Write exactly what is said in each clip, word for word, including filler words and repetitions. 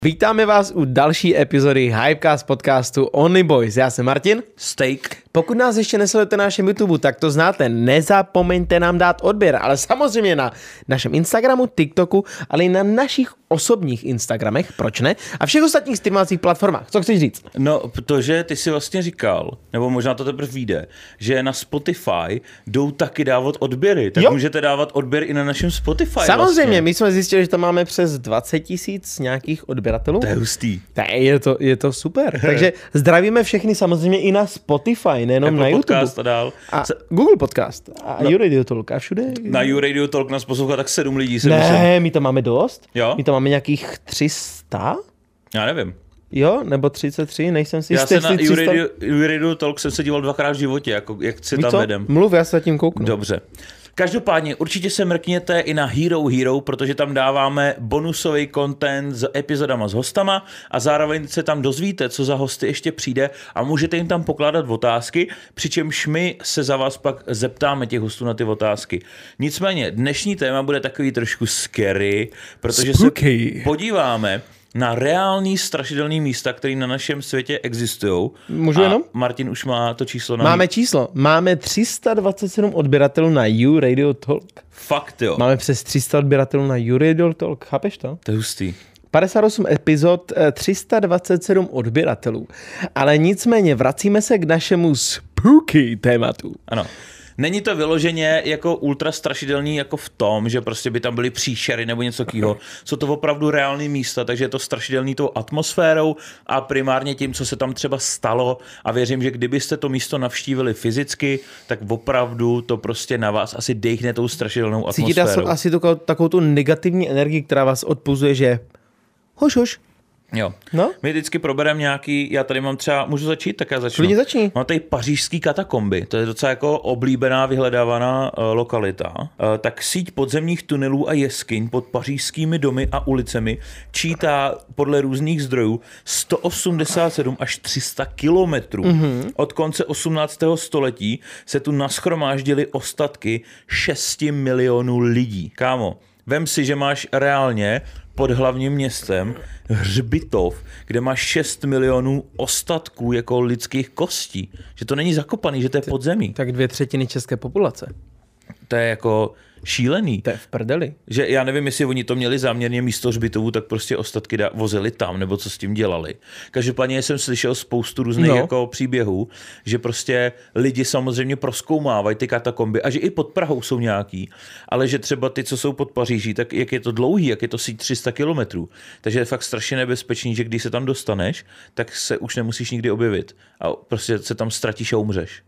Vítáme vás u další epizody Hypecast podcastu Only Boys. Já jsem Martin. Steak. Pokud nás ještě nesledujete na našem YouTube, tak to znáte. Nezapomeňte nám dát odběr, ale samozřejmě na našem Instagramu, TikToku, ale i na našich osobních Instagramech, proč ne? A všech ostatních streamovacích platformách. Co chceš říct? No, protože ty si vlastně říkal, nebo možná to teprve vyjde, že na Spotify jdou taky dávat odběry. Tak jo? Můžete dávat odběr i na našem Spotify. Samozřejmě, vlastně. My jsme zjistili, že tam máme přes dvacet tisíc nějakých odběratelů. To je hustý. Tak je to, je to super. Takže zdravíme všechny samozřejmě i na Spotify, nejenom Apple na YouTube. Podcast a dál. A Google Podcast. A no. YouRadio Talk a všude. Na YouRadio Talk nás poslouchá tak sedm lidí. Se ne, myslím. my tam máme dost. Jo? My tam máme nějakých tři sta? Já nevím. Jo, nebo třicet tři, nejsem si já jistý. Já se na YouRadio, YouRadio Talk jsem se díval dvakrát v životě, jako jak si Víš tam co? vedem. Mluv, já se zatím kouknu. Dobře. Každopádně určitě se mrkněte i na Hero Hero, protože tam dáváme bonusový content s epizodama s hostama a zároveň se tam dozvíte, co za hosty ještě přijde a můžete jim tam pokládat otázky, přičemž my se za vás pak zeptáme těch hostů na ty otázky. Nicméně dnešní téma bude takový trošku scary, protože Spooky. se podíváme na reální strašidelný místa, které na našem světě existují. Můžu a jenom? Martin už má to číslo na... Máme číslo. Máme tři sta dvacet sedm odběratelů na YouRadio Talk. Fakt jo. Máme přes tři sta odběratelů na YouRadio Talk. Chápeš to? To je hustý. padesát osm epizod, tři sta dvacet sedm odběratelů. Ale nicméně vracíme se k našemu spooky tématu. Ano. Není to vyloženě jako ultra strašidelný jako v tom, že prostě by tam byly příšery nebo něco takového. Jsou to opravdu reální místa, takže je to strašidelný tou atmosférou a primárně tím, co se tam třeba stalo. A věřím, že kdybyste to místo navštívili fyzicky, tak opravdu to prostě na vás asi dejchne tou strašidelnou atmosférou. Cítíte asi takovou, takovou tu negativní energii, která vás odpuzuje, že hoš, hoš. Jo. No? My vždycky probereme nějaký, já tady mám třeba, můžu začít, tak já začnu. Klidně začni. Mám tady pařížský katakomby, to je docela jako oblíbená, vyhledávaná uh, lokalita. Uh, tak síť podzemních tunelů a jeskyň pod pařížskými domy a ulicemi čítá podle různých zdrojů sto osmdesát sedm až tři sta kilometrů. Mm-hmm. Od konce osmnáctého století se tu nashromáždily ostatky šesti milionů lidí. Kámo, vem si, že máš reálně pod hlavním městem hřbitov, kde máš šest milionů ostatků jako lidských kostí. Že to není zakopaný, že to je podzemí. Tak dvě třetiny české populace. To je jako šílený. To je v prdeli. Že já nevím, jestli oni to měli záměrně místo hřbitovu, tak prostě ostatky da- vozili tam, nebo co s tím dělali. Každopádně jsem slyšel spoustu různých no. jako příběhů, že prostě lidi samozřejmě prozkoumávají ty katakomby a že i pod Prahou jsou nějaký, ale že třeba ty, co jsou pod Paříží, tak jak je to dlouhý, jak je to síť tři sta kilometrů. Takže je fakt strašně nebezpečný, že když se tam dostaneš, tak se už nemusíš nikdy objevit a prostě se tam ztratíš a umřeš.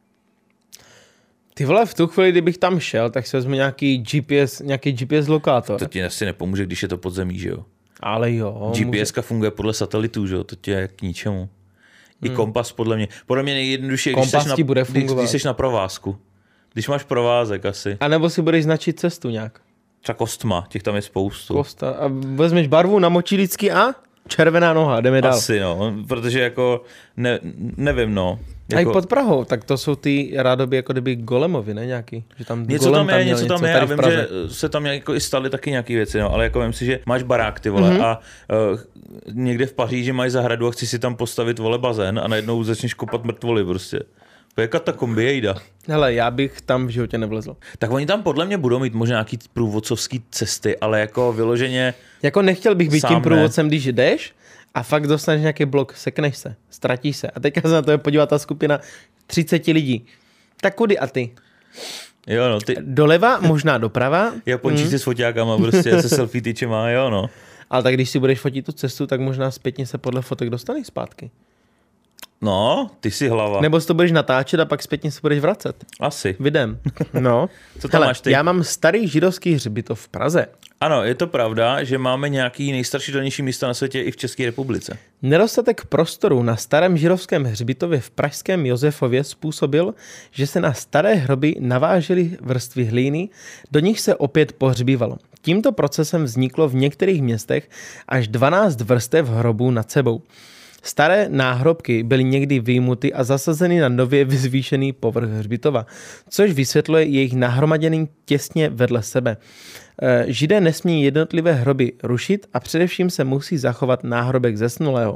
Ty vole, v tu chvíli, kdybych tam šel, tak si vezmu nějaký G P S, nějaký G P S lokátor. To ti asi nepomůže, když je to podzemí, že jo? Ale jo. G P S ka funguje podle satelitů, že jo? To tě je k ničemu. I hmm. kompas podle mě. Podle mě nejjednodušší, když jsi, na, bude když, když jsi na provázku. Když máš provázek asi. A nebo si budeš značit cestu nějak. Třeba kostma, těch tam je spoustu. Kosta. A vezmeš barvu, namočí vždycky a červená noha, jdeme dál. Asi no, protože jako, ne, nevím no. Jako... A i Jako... pod Prahou, tak to jsou ty rádoby jako kdyby golemovi, ne nějaký? Že tam něco golem tam je, tam něco tam je a vím, že se tam jako i staly taky nějaký věci, no, ale jako vím si, že máš barák ty vole mm-hmm. a uh, někde v Paříži máš zahradu a chci si tam postavit vole bazén a najednou začneš kopat mrtvoly prostě. To je katakomby, jejda. Hele, já bych tam v životě nevlezl. Tak oni tam podle mě budou mít možná nějaký průvodcovský cesty, ale jako vyloženě... Jako nechtěl bych být tím průvodcem, ne. když jdeš a fakt dostaneš nějaký blok, sekneš se, ztratíš se. A teďka se na to je podívá ta skupina třicet lidí. Tak kudy a ty? Jo no, ty... Doleva, možná doprava. Japončíci hmm. s foťákama prostě se selfie tyčema, jo no. Ale tak když si budeš fotit tu cestu, tak možná zpětně se podle fotek dostaneš zpátky. No, ty si hlava. Nebo si to budeš natáčet a pak zpětně se budeš vracet. Asi. Videm. No. Co tam hele, máš ty? Já mám starý židovský hřbitov v Praze. Ano, je to pravda, že máme nějaký nejstrašidelnější místa na světě i v České republice. Nedostatek prostoru na starém židovském hřbitově v pražském Josefově způsobil, že se na staré hroby navážely vrstvy hlíny, do nich se opět pohřbívalo. Tímto procesem vzniklo v některých městech až dvanáct vrstev hrobů nad sebou. Staré náhrobky byly někdy vyjmuty a zasazeny na nově vyzvýšený povrch hřbitova, což vysvětluje jejich nahromadění těsně vedle sebe. Židé nesmí jednotlivé hroby rušit a především se musí zachovat náhrobek zesnulého.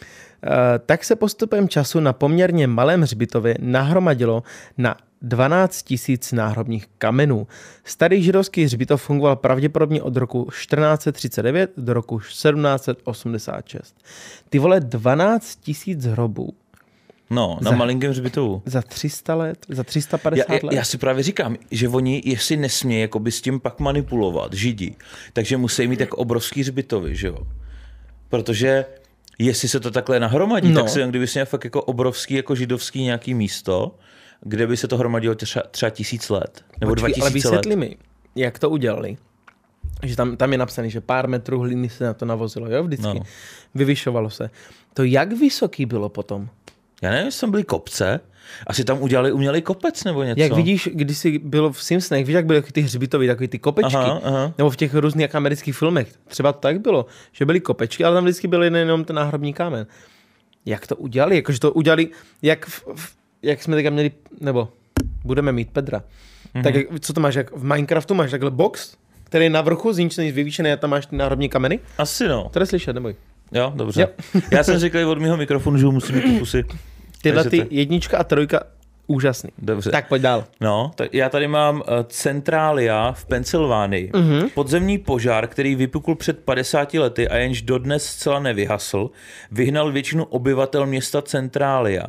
Tak se postupem času na poměrně malém hřbitově nahromadilo na dvanáct tisíc náhrobních kamenů. Starý židovský hřbitov fungoval pravděpodobně od roku čtrnáct set třicet devět do roku sedmnáct set osmdesát šest. Ty vole, dvanáct tisíc hrobů. No, na za, malinkém hřbitovu. Za tři sta let, za tři sta padesát já, let. Já si právě říkám, že oni, jestli nesmějí jakoby s tím pak manipulovat, židi, takže musí mít tak obrovský hřbitovy, že jo? Protože jestli se to takhle nahromadí, no. tak si kdyby si měl fakt jako obrovský jako židovský nějaký místo, kde by se to hromadilo třeba, třeba tisíc let, nebo dva tisíce let. Ale vysvětli mi, jak to udělali. Že tam, tam je napsané, že pár metrů hliny se na to navozilo, jo, vždycky. No. Vyvyšovalo se. To jak vysoký bylo potom? Já nevím, jestli tam byly kopce, asi tam udělali umělý kopec nebo něco. Jak vidíš, když jsi byl v Simpsonech, víš, jak byly ty hřbitovy, takový ty kopečky, aha, aha. nebo v těch různých amerických filmech, třeba to tak bylo, že byly kopečky, ale tam vždycky byl jenom ten náhrobní kámen. Jak to udělali? Jakože to udělali, jak, v, jak jsme teďka měli, nebo budeme mít Pedra. Mm-hmm. Tak co to máš, jak v Minecraftu máš takhle box, který je na vrchu, z nič není vyvýšený a tam máš ty náhrobní kameny? Asi no. To je slyšet, neboj. Jo, dobře. Jo. Já jsem říkal od mého mikrofonu, že musím mít pusy. Tyhle ty jednička a trojka, úžasný. Dobře. Tak pojď dál. No, tak já tady mám uh, Centralia v Pensylvánii. Uh-huh. Podzemní požár, který vypukl před padesáti lety a jenž dodnes zcela nevyhasl, vyhnal většinu obyvatel města Centralia.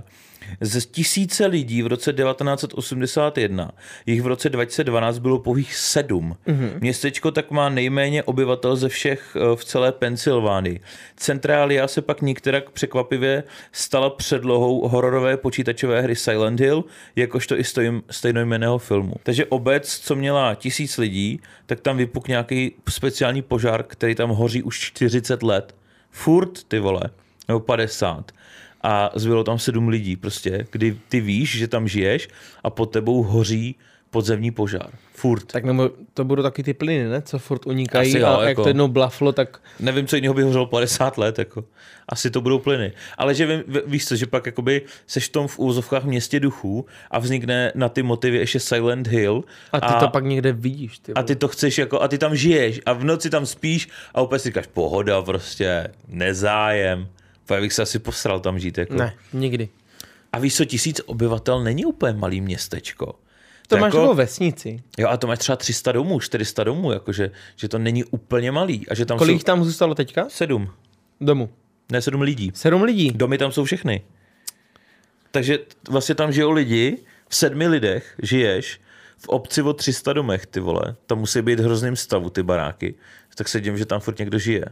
Z tisíce lidí v roce devatenáct set osmdesát jedna, jich v roce dva tisíce dvanáct bylo pouhých sedm. Mm-hmm. Městečko tak má nejméně obyvatel ze všech v celé Pensylvánii. Centralia se pak některak překvapivě stala předlohou hororové počítačové hry Silent Hill, jakožto i stejnojmenného filmu. Takže obec, co měla tisíc lidí, tak tam vypukl nějaký speciální požár, který tam hoří už čtyřicet let. Furt, ty vole, nebo padesát. A zbylo tam sedm lidí prostě, kdy ty víš, že tam žiješ a pod tebou hoří podzemní požár. Furt. Tak nebo to budou taky ty plyny, ne? Co furt unikají. Asi jo, a jako, jak to jednou blaflo, tak... Nevím, co jiného by hořelo padesát let, jako. Asi to budou plyny. Ale že ví, víš co, že pak jakoby seš v tom v úvozovkách městě duchů a vznikne na ty motivy ještě Silent Hill. A ty a, to pak někde vidíš. Ty a ty to chceš jako, a ty tam žiješ a v noci tam spíš a opět si říkáš pohoda prostě, nezájem. Já bych se asi posral tam žít. Jako. Ne, nikdy. A víš co, tisíc obyvatel není úplně malý městečko. To, to máš jako vesnici. Jo, a to máš třeba tři sta domů, čtyři sta domů, jakože, že to není úplně malý. A že tam kolik jsou... tam zůstalo teďka? Sedm. Domů. Ne, sedm lidí. Sedm lidí? Domy tam jsou všechny. Takže vlastně tam žijou lidi, v sedmi lidech žiješ, v obci o tři sta domech, ty vole. Tam musí být v hrozným stavu, ty baráky. Tak se dím, že tam furt někdo žije.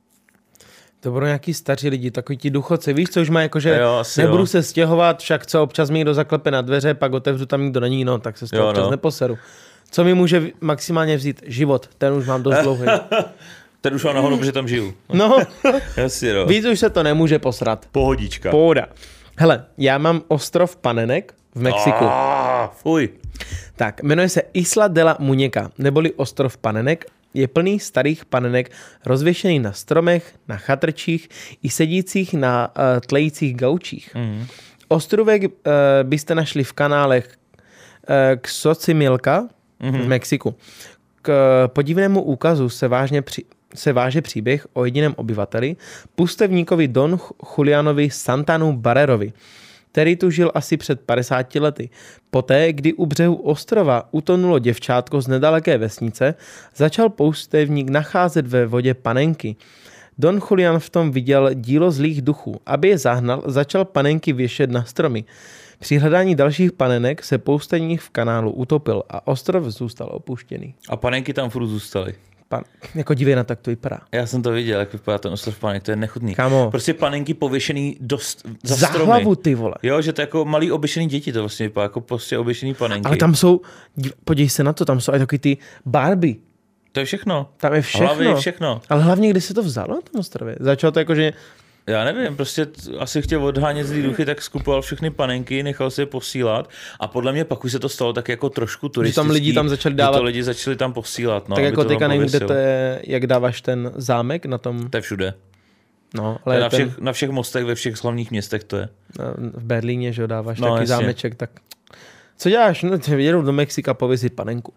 To budou nějaký staří lidi, takový ti důchodci, víš, co už má jako, že jo, nebudu jo. se stěhovat, však co, občas mi někdo zaklepe na dveře, pak otevřu, tam nikdo není, no, tak se z toho jo, občas no. neposeru. Co mi může maximálně vzít? Život, ten už mám dost dlouhý. Ten už mám nahoru, protože tam žiju. No, Jasně, no. Víc už se to nemůže posrat. Pohodička. Pohoda. Hele, já mám ostrov Panenek v Mexiku. Ah, fuj. Tak, jmenuje se Isla de la Muñeca, neboli ostrov Panenek. Je plný starých panenek, rozvěšený na stromech, na chatrčích i sedících na uh, tlejících gaučích. Mm. Ostrůvek uh, byste našli v kanálech uh, Xochimilca mm-hmm. v Mexiku. K uh, podivnému úkazu se, vážně při, se váže příběh o jediném obyvateli, pustevníkovi Don Julianovi Santanu Barrerovi, který tu žil asi před padesáti lety. Poté, kdy u břehu ostrova utonulo děvčátko z nedaleké vesnice, začal poustevník nacházet ve vodě panenky. Don Julian v tom viděl dílo zlých duchů. Aby je zahnal, začal panenky věšet na stromy. Při hledání dalších panenek se poustevník v kanálu utopil a ostrov zůstal opuštěný. A panenky tam furt zůstaly. Pan, jako divě na tak to vypadá. Já jsem to viděl, jak vypadá ten ostrov panenek, to je nechutný. Kámo. Prostě panenky pověšený dost za, za stromy. hlavu, ty vole. Jo, že to je jako malý oběšený děti, to vlastně vypadá jako prostě oběšený panenky. Ale tam jsou, podívej se na to, tam jsou i takový ty Barbie. To je všechno. Tam je všechno. Hlavy, všechno. Ale hlavně, kdy se to vzalo na tom ostrově? Začalo to jako, že... Já nevím, prostě asi chtěl odhánět zlý duchy, tak skupoval všechny panenky, nechal si je posílat a podle mě pak už se to stalo tak jako trošku turistický. Že tam lidi tam začali dávat. Že to lidi začali tam posílat. No, tak jako teďka nevím, kde to je, jak dáváš ten zámek na tom. To je všude. No, ale na, ten... všech, na všech mostech, ve všech hlavních městech to je. V Berlíně, že jo, dáváš no, taky jasně. zámeček, tak co děláš? No, jedu do Mexika pověsit panenku.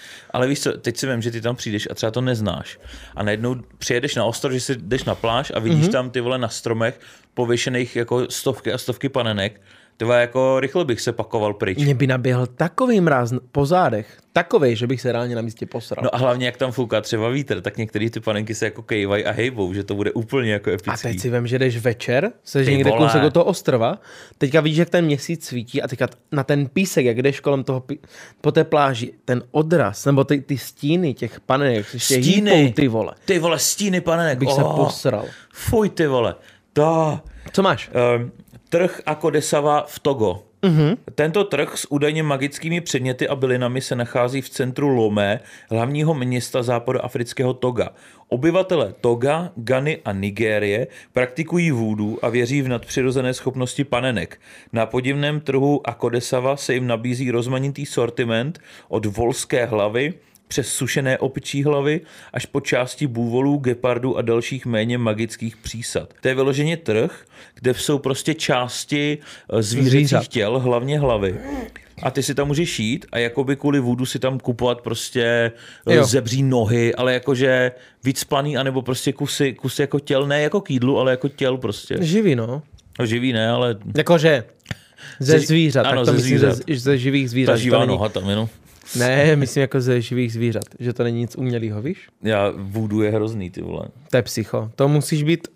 Ale víš co, teď si vím, že ty tam přijdeš a třeba to neznáš. A najednou přijedeš na ostrov, že si jdeš na pláž a vidíš mm-hmm. tam ty vole na stromech pověšených jako stovky a stovky panenek. Tyva, jako rychle bych se pakoval pryč. Mě by naběhl takový mráz po zádech, takovej, že bych se reálně na místě posral. No a hlavně, jak tam fouká třeba vítr, tak některé ty panenky se jako kejvají a hejbou, že to bude úplně jako epický. A teď si vem, že jdeš večer, seš někde kousek od toho ostrova, teďka vidíš, jak ten měsíc svítí a teďka na ten písek, jak jdeš kolem toho, po té pláži, ten odraz, nebo ty, ty stíny těch panenek, stíny, hýpou, ty vole. Ty vole, stíny panenek. Bych oh, se posral. Fuj, ty vole. Da. Co máš? Um, trh Akodesava v Togo. Mm-hmm. Tento trh s údajně magickými předměty a bylinami se nachází v centru Lomé, hlavního města západoafrického Toga. Obyvatele Toga, Gany a Nigérie praktikují vúdu a věří v nadpřirozené schopnosti panenek. Na podivném trhu Akodesava se jim nabízí rozmanitý sortiment od volské hlavy přes sušené opičí hlavy až po části bůvolů, gepardů a dalších méně magických přísad. To je vyloženě trh, kde jsou prostě části zvířecích těl, hlavně hlavy. A ty si tam můžeš jít a jakoby kvůli vůdu si tam kupovat prostě jo. zebří nohy, ale jakože víc planý, anebo prostě kusy, kusy jako těl, ne jako k jídlu, ale jako těl prostě. Živý, no. No živý ne, ale... Jakože ze zvířat, ano, tak to ze myslím zvířat. Ze, ze živých zvířat. Ta živá noha tam jenom. Ne, myslím jako ze živých zvířat, že to není nic umělýho, víš? Já, vůdu je hrozný, ty vole. To je psycho, to musíš být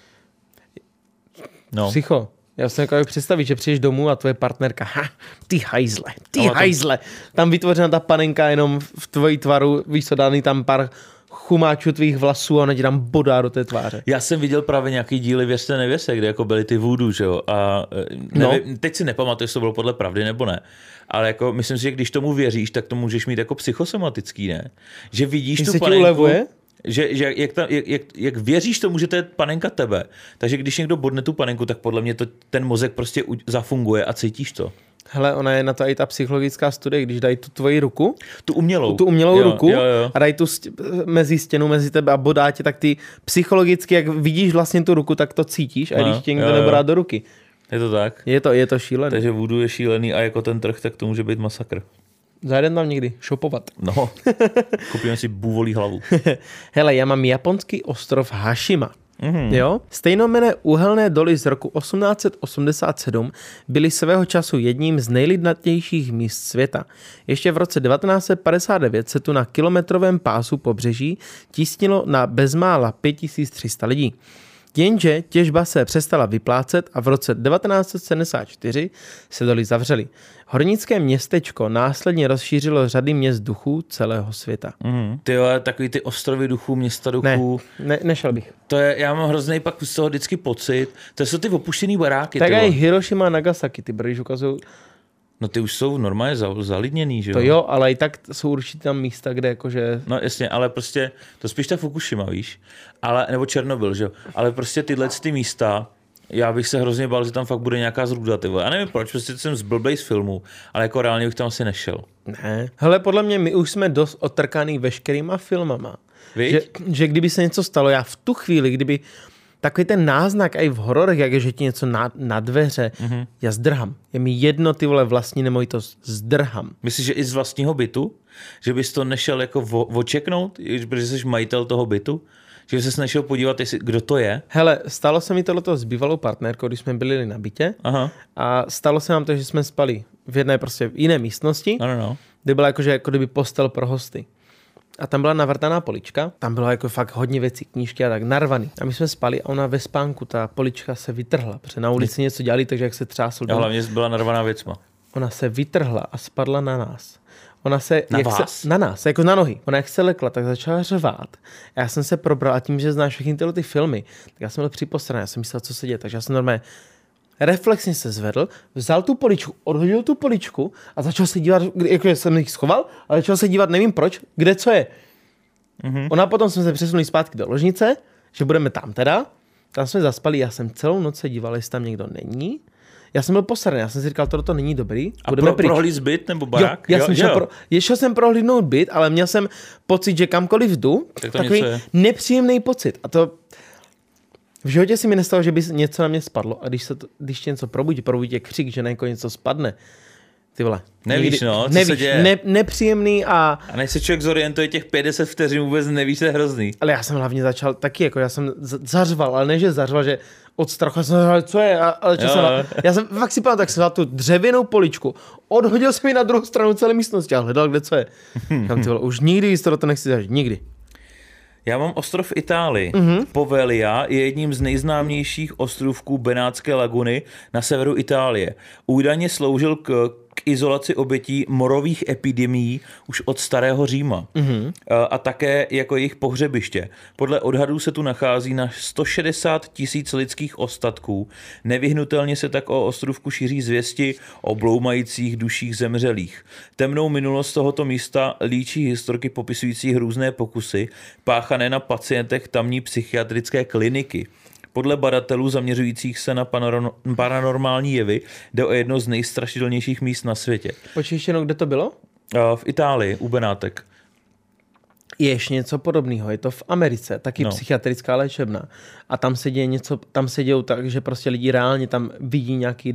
no. psycho. Já si jako představit, že přijdeš domů a tvoje partnerka, ha, ty hajzle, ty no, hajzle. Tam... tam vytvořena ta panenka jenom v tvojí tvaru, víš co, dáný tam pár chumáčů tvých vlasů a ona ti tam bodá do té tváře. Já jsem viděl právě nějaký díly Věřte nevěse, kde jako byly ty voodoo, že jo, a nevím, no. teď si nepamatuju, jestli to bylo podle pravdy nebo ne, ale jako myslím si, že když tomu věříš, tak to můžeš mít jako psychosomatický, ne? Že vidíš když tu se panenku, ulevuje? že, že jak, ta, jak, jak, jak věříš tomu, že to je panenka tebe, takže když někdo bodne tu panenku, tak podle mě to, ten mozek prostě zafunguje a cítíš to. Hele, ona je na to i ta psychologická studie, když dají tu tvoji ruku, tu umělou, tu umělou jo, ruku jo, jo. a dají tu st- mezi stěnu, mezi tebe a bodá tě, tak ty psychologicky, jak vidíš vlastně tu ruku, tak to cítíš a no, když tě někdo nebodá do ruky. Je to tak? Je to, je to šílený. Takže voodoo je šílený a jako ten trh, tak to může být masakr. Zajedem tam někdy šopovat. No, koupíme si bůvolí hlavu. Hele, já mám japonský ostrov Hashima. Mm-hmm. Jo? Stejnomenné uhelné doly z roku osmnáct set osmdesát sedm byly svého času jedním z nejlidnatějších míst světa. Ještě v roce devatenáct set padesát devět se tu na kilometrovém pásu pobřeží tísnilo na bezmála pět tisíc tři sta lidí. Jenže těžba se přestala vyplácet a v roce devatenáct set sedmdesát čtyři se doly zavřely. Hornické městečko následně rozšířilo řady měst duchů celého světa. Mm. Ty jo, takový ty ostrovy duchů, města duchů. Ne, ne, nešel bych. To je, já mám hrozný pak z toho vždycky pocit. To jsou ty opuštěný baráky. Tak i Hiroshima a Nagasaki, ty brdyž ukazují. No ty už jsou normálně zalidněný, že jo? To jo, ale i tak jsou určitě tam místa, kde jakože... No jasně, ale prostě, to spíš ta Fukushima, víš? Ale, nebo Černobyl, že jo? Ale prostě tyhle ty místa, já bych se hrozně bál, že tam fakt bude nějaká zrůda, ty vole. Já nevím proč, prostě jsem zblblej z filmu, ale jako reálně bych tam asi nešel. Ne. Hele, podle mě my už jsme dost otrkaný veškerýma filmama. Že, že kdyby se něco stalo, já v tu chvíli, kdyby takový ten náznak i v hororech, jak je, že ti něco na, na dveře, mm-hmm. já zdrhám. Je mi jedno, ty vole, vlastní nemovitost, zdrhám. Myslíš, že i z vlastního bytu? Že bys to nešel jako vo, vočeknout, protože jsi majitel toho bytu? Že bys se nešel podívat, jestli, kdo to je? Hele, stalo se mi tohleto s bývalou partnerkou, když jsme byli na bytě. Aha. A stalo se nám to, že jsme spali v jedné prostě v jiné místnosti, no, no, no. kde byla jakože, jako kdyby postel pro hosty. A tam byla navrtaná polička, tam bylo jako fakt hodně věcí, knížky a tak narvaný. A my jsme spali a ona ve spánku, ta polička se vytrhla, protože na ulici něco dělali, takže jak se třásl. A hlavně byla narvaná věcma. Ona se vytrhla a spadla na nás. Ona se, na jak vás? Se, na nás, jako na nohy. Ona jak se lekla, tak začala řvát. A já jsem se probral a tím, že znáš všechny tyhle ty filmy, tak já jsem byl připostraný, já jsem myslel, co se děje. Takže já jsem normálně reflexně se zvedl, vzal tu poličku, odhodil tu poličku a začal se dívat, jakože jsem jich schoval, ale začal se dívat, nevím proč, kde co je. Mm-hmm. Ona potom jsme se přesunuli zpátky do ložnice, že budeme tam teda, tam jsme zaspali, já jsem celou noc se díval, jestli tam někdo není. Já jsem byl posraný, já jsem si říkal, toto není dobrý. A pro, prohlíd byt nebo barák? Jo, já jo, jsem šel, pro, šel jsem prohlídnout byt, ale měl jsem pocit, že kamkoliv jdu, tak takový nepříjemný pocit. A to v životě si mi nestalo, že by něco na mě spadlo a když, se to, když tě něco probudí, probudí tě křik, že na někoho něco spadne. Ty vole. Nevíš, Nikdy, no, co nevíš, se děje. Ne, nepříjemný a... A než se člověk zorientuje těch pět deset vteřin, vůbec nevíš, to je hrozný. Ale já jsem hlavně začal taky, jako já jsem zařval, ale ne, že zařval, že od strachu, já jsem zařval, co je, ale čo jsem, já jsem fakt si pamatuju, tak jsem dal tu dřevěnou poličku, odhodil jsem ji na druhou stranu celé místnosti a hledal, kde co je. Kam ty vole, už nikdy víc to nechci zažít, nikdy. Já mám ostrov v Itálii. Mm-hmm. Poveglia je jedním z nejznámějších ostrovků Benátské laguny na severu Itálie. Údajně sloužil k, k izolaci obětí morových epidemií už od starého Říma. Mm-hmm. A, a také jako jejich pohřebiště. Podle odhadů se tu nachází na sto šedesát tisíc lidských ostatků. Nevyhnutelně se tak o ostrovku šíří zvěsti o bloumajících duších zemřelých. Temnou minulost tohoto místa líčí historky popisující různé pokusy páchané na pacientech tamní psychiatrické kliniky. Podle badatelů zaměřujících se na paranormální jevy jde o jedno z nejstrašidelnějších míst na světě. Počkej ještě jednou, kde to bylo? V Itálii, u Benátek. Je ještě něco podobného, je to v Americe, taky no. Psychiatrická léčebna. A tam se děje něco, tam se dějou tak, že prostě lidi reálně tam vidí nějaký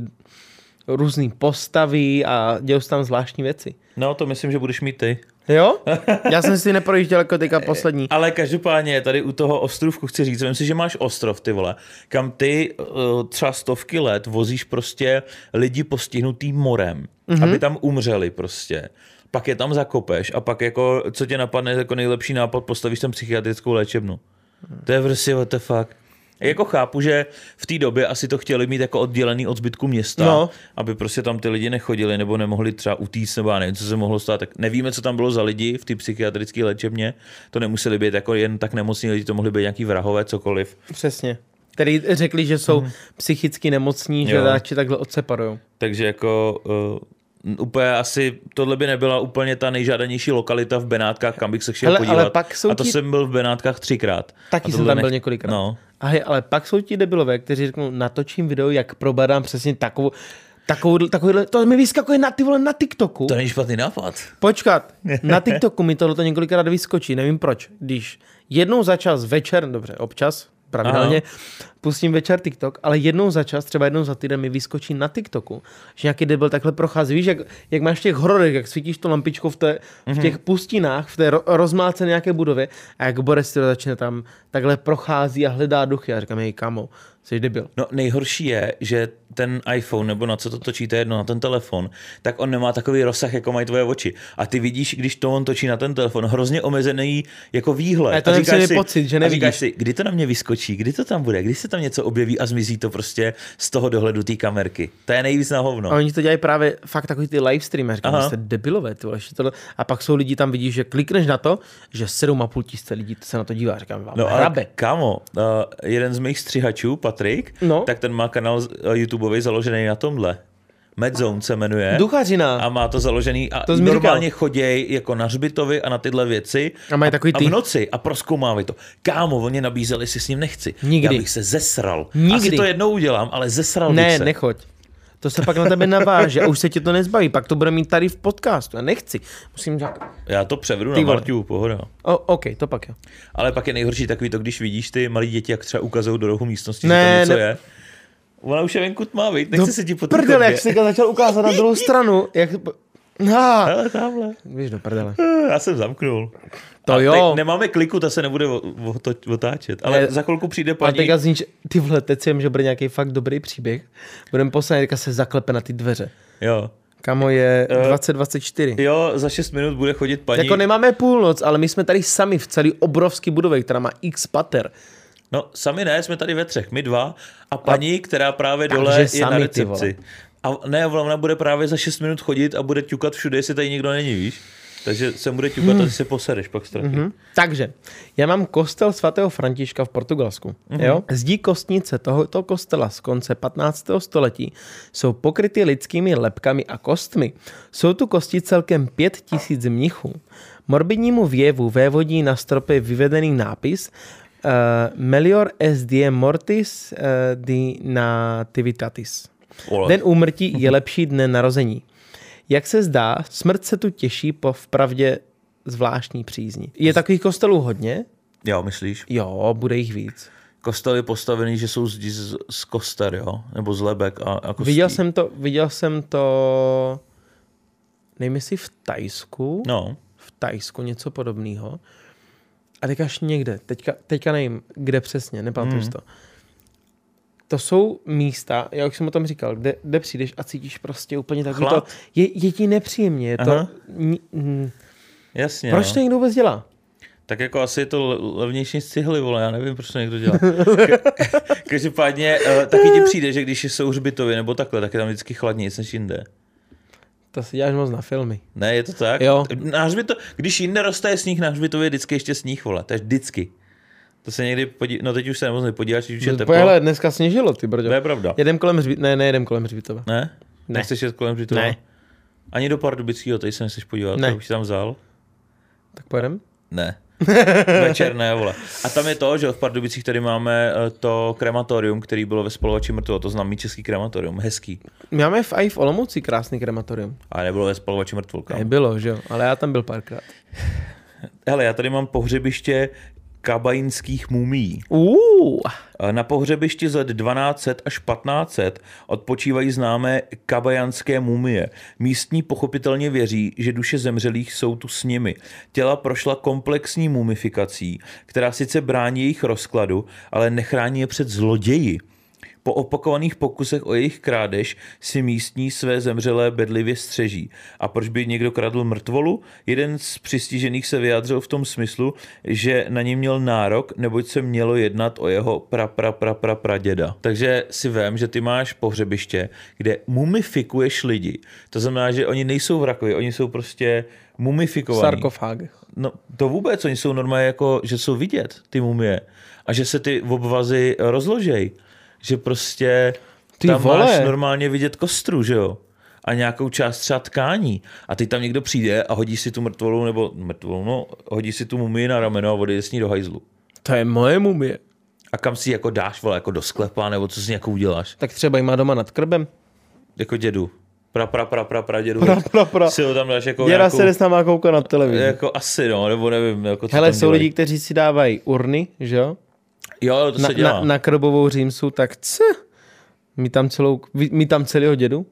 různý postavy a dějou se tam zvláštní věci. No, to myslím, že budeš mít ty. Jo? Já jsem si neprojížděl jako teďka poslední. Ale každopádně tady u toho ostrovku chci říct, myslím si, že máš ostrov, ty vole, kam ty třeba stovky let vozíš prostě lidi postihnutý morem, mm-hmm. aby tam umřeli prostě. Pak je tam zakopeš a pak jako, co tě napadne jako nejlepší nápad, postavíš tam psychiatrickou léčebnu. To je prostě what the fuck. Jako chápu, že v té době asi to chtěli mít jako oddělený od zbytku města, no. Aby prostě tam ty lidi nechodili nebo nemohli třeba utíct nebo nevím, co se mohlo stát. Tak nevíme, co tam bylo za lidi v té psychiatrické léčebně. To nemuseli být jako jen tak nemocní lidi, to mohli být nějaký vrahové, cokoliv. Přesně. Který řekli, že jsou hmm. psychicky nemocní, že radši takhle odseparujou. Takže jako... Uh, úplně asi, tohle by nebyla úplně ta nejžádanější lokalita v Benátkách, kam bych se chtěl Hele, podívat. Ale pak jsou a to ti... jsem byl v Benátkách třikrát. Taky jsem tam byl nech... několikrát. No. A hej, ale pak jsou ti debilové, kteří řeknou, natočím video, jak probadám přesně takovou, takovou, takovouhle, to mi vyskakuje na ty vole na TikToku. To není špatný nápad. Počkat, na TikToku mi tohle několikrát vyskočí, nevím proč. Když jednou za čas večer, dobře, občas, pravidelně, pustím večer TikTok, ale jednou za čas, třeba jednou za týden mi vyskočí na TikToku, že nějaký debil takhle prochází. Víš, jak, jak máš v těch hororech, jak svítíš to lampičkou v, té, v těch pustinách, v té ro, rozmlácené nějaké budově a jak Boris to začne tam takhle prochází a hledá duchy. A říkám, hej, kamo, jsi debil. No nejhorší je, že ten iPhone, nebo na co to točíte jedno, na ten telefon, tak on nemá takový rozsah, jako mají tvoje oči. A ty vidíš, když to on točí na ten telefon, hrozně omezený jako výhled. A to a říkáš si, pocit, že nevidíš. A říkáš si, kdy to na mě vyskočí, kdy to tam bude, kdy se tam něco objeví a zmizí to prostě z toho dohledu té kamerky. To je nejvíc na hovno. A oni to dělají právě fakt takový ty live streamy. Říkám, jste debilové, ty vole, tohle. A pak jsou lidi tam, vidíš, že klikneš na to, že sedm a půl tisíce lidí se na to dívá. Říkám, vám no hrabe. Kámo, uh, jeden z mých střihačů, Patrik, no. tak ten má kanál YouTubeový založený na tomhle. Medzone se jmenuje. Duchařina. A má to založený a to normálně choděj jako na hřbitovy a na tyhle věci. A mají takový ty. A v noci a prozkoumávají to. Kámo, oni nabízeli, si s ním nechci. Nikdy. Já bych se zesral. Nikdy. Asi to jednou udělám, ale zesral ne, bych se. Ne, nechoď. To se pak na tebe naváže a už se ti to nezbaví. Pak to bude mít tady v podcastu. Já nechci. Musím říkat. Já to převedu na Marťu, pohoda. O, OK, to pak jo. Ale pak je nejhorší takový to, když vidíš ty malí děti, jak třeba ukazují do rohu místnosti, ne, že to něco ne. je. Ona už je venku tmá, viď? Nechci se ti po té prdele, jak jsi začal ukázat na druhou stranu. Jak... Ah. Hele, tamhle. Víš, do prdele. Já jsem zamknul. To a jo. Nemáme kliku, ta se nebude otáčet. Ale ne, za chvilku přijde paní. A teďka znič... Ty vole, teď si jem, že bude nějaký fakt dobrý příběh. Budeme poslat, teďka se zaklepe na ty dveře. Jo. Kamo je dvacet dvacet čtyři. Jo, za šest minut bude chodit paní. Jako nemáme půlnoc, ale my jsme tady sami v celý obrovský budově, která má x pater. No, sami ne, jsme tady ve třech, my dva a paní, a... která právě dole je sami, na recepci. A ne, ona bude právě za šest minut chodit a bude ťukat všude, jestli tady nikdo není, víš? Takže se bude ťukat hmm. a ty se posereš pak strachy. Mm-hmm. Takže, já mám kostel svatého Františka v Portugalsku. Mm-hmm. Jo? Zdí kostnice tohoto kostela z konce patnáctého století jsou pokryty lidskými lebkami a kostmi. Jsou tu kosti celkem pět tisíc mnichů. Morbidnímu věvu vévodí na stropě vyvedený nápis uh, Melior est die mortis uh, di nativitatis. Ole. Den úmrtí je lepší dne narození. Jak se zdá, smrt se tu těší po vpravdě zvláštní přízni. Je takových kostelů hodně? Jo, myslíš? Jo, bude jich víc. Kostel je postavený, že jsou zdi z, z koster, jo? Nebo z lebek a, a kostí. Viděl jsem to, viděl jsem to nevím jestli v Thajsku, No. v Thajsku něco podobného. A teď až někde, teďka, teďka nevím, kde přesně, nepamatuji Hmm. to. To jsou místa, já už jsem o tom říkal, kde, kde přijdeš a cítíš prostě úplně takový to, je, je ti nepříjemně, je to, Aha. n, n, Jasně, proč no. to někdo vůbec dělá? Tak jako asi je to le- levnější z cihly, vole, já nevím, proč to někdo dělá. Každopádně uh, taky ti přijde, že když jsou hřbitovy nebo takhle, tak je tam vždycky chladnějc než jinde. To si děláš moc na filmy. Ne, je to tak? Jo. Na hřbitov, když jinde roste sníh, na hřbitově je vždycky ještě sníh, vole, to je vždycky. To se někdy podí... No teď už se nemoc nepodíváš, když už je teplo. Hele, dneska sněžilo, ty brďo. To je pravda. Jedem kolem hřbitova. Ne, nejedem kolem hřbitova. Ne? Ne. Nechceš jet kolem hřbitova? Ne. Ani do Pardubického, teď se nechceš podívat, Ne. to už jsi tam vzal? Tak pojedem? Ne. Večer ne, vole. A tam je to, že v Pardubicích tady máme eh, to krematorium, který bylo ve Spalovači mrtvo, to známý český krematorium, hezký. Máme v, i v Olomouci krásný krematorium. Ale nebylo ve Spalovači mrtvo, kam. Nebylo, že jo, ale já tam byl párkrát. Hele, já tady mám pohřebiště kabajinských mumií. Uh, Na pohřebišti z let dvanáct set až patnáct set odpočívají známé kabajanské mumie. Místní pochopitelně věří, že duše zemřelých jsou tu s nimi. Těla prošla komplexní mumifikací, která sice brání jejich rozkladu, ale nechrání je před zloději. Po opakovaných pokusech o jejich krádež si místní své zemřelé bedlivě střeží. A proč by někdo kradl mrtvolu? Jeden z přistižených se vyjádřil v tom smyslu, že na ně měl nárok, neboť se mělo jednat o jeho pra, pra, pra, pra, praděda. Takže si vem, že ty máš pohřebiště, kde mumifikuješ lidi. To znamená, že oni nejsou v rakovi, oni jsou prostě mumifikovaní. sarkofág. No to vůbec, oni jsou normálně jako, že jsou vidět, ty mumie. A že se ty obvazy rozložej. Že prostě Ty tam vole. máš normálně vidět kostru, že jo? A nějakou část třeba tkání. A teď tam někdo přijde a hodí si tu mrtvolu, nebo mrtvolu, no, hodí si tu mumii na rameno a odejde s ní do hajzlu. To je moje mumie. A kam si ji jako dáš, vole, jako do sklepa, nebo co si nějakou uděláš? Tak třeba jí má doma nad krbem. Jako dědu. Pra, pra, pra, pra, pra, dědu. Pra, pra, pra. Si ho tam dáš jako Děda nějakou, se jde s náma koukat na televizi. jako asi, no, nebo nevím, jako co Hele, tam jsou dělají. lidi, kteří si dávají urny, že jo? Jo, to Na, se dělá. na, na krbovou římsu, tak co? Mí tam, celou, mí tam celého dědu?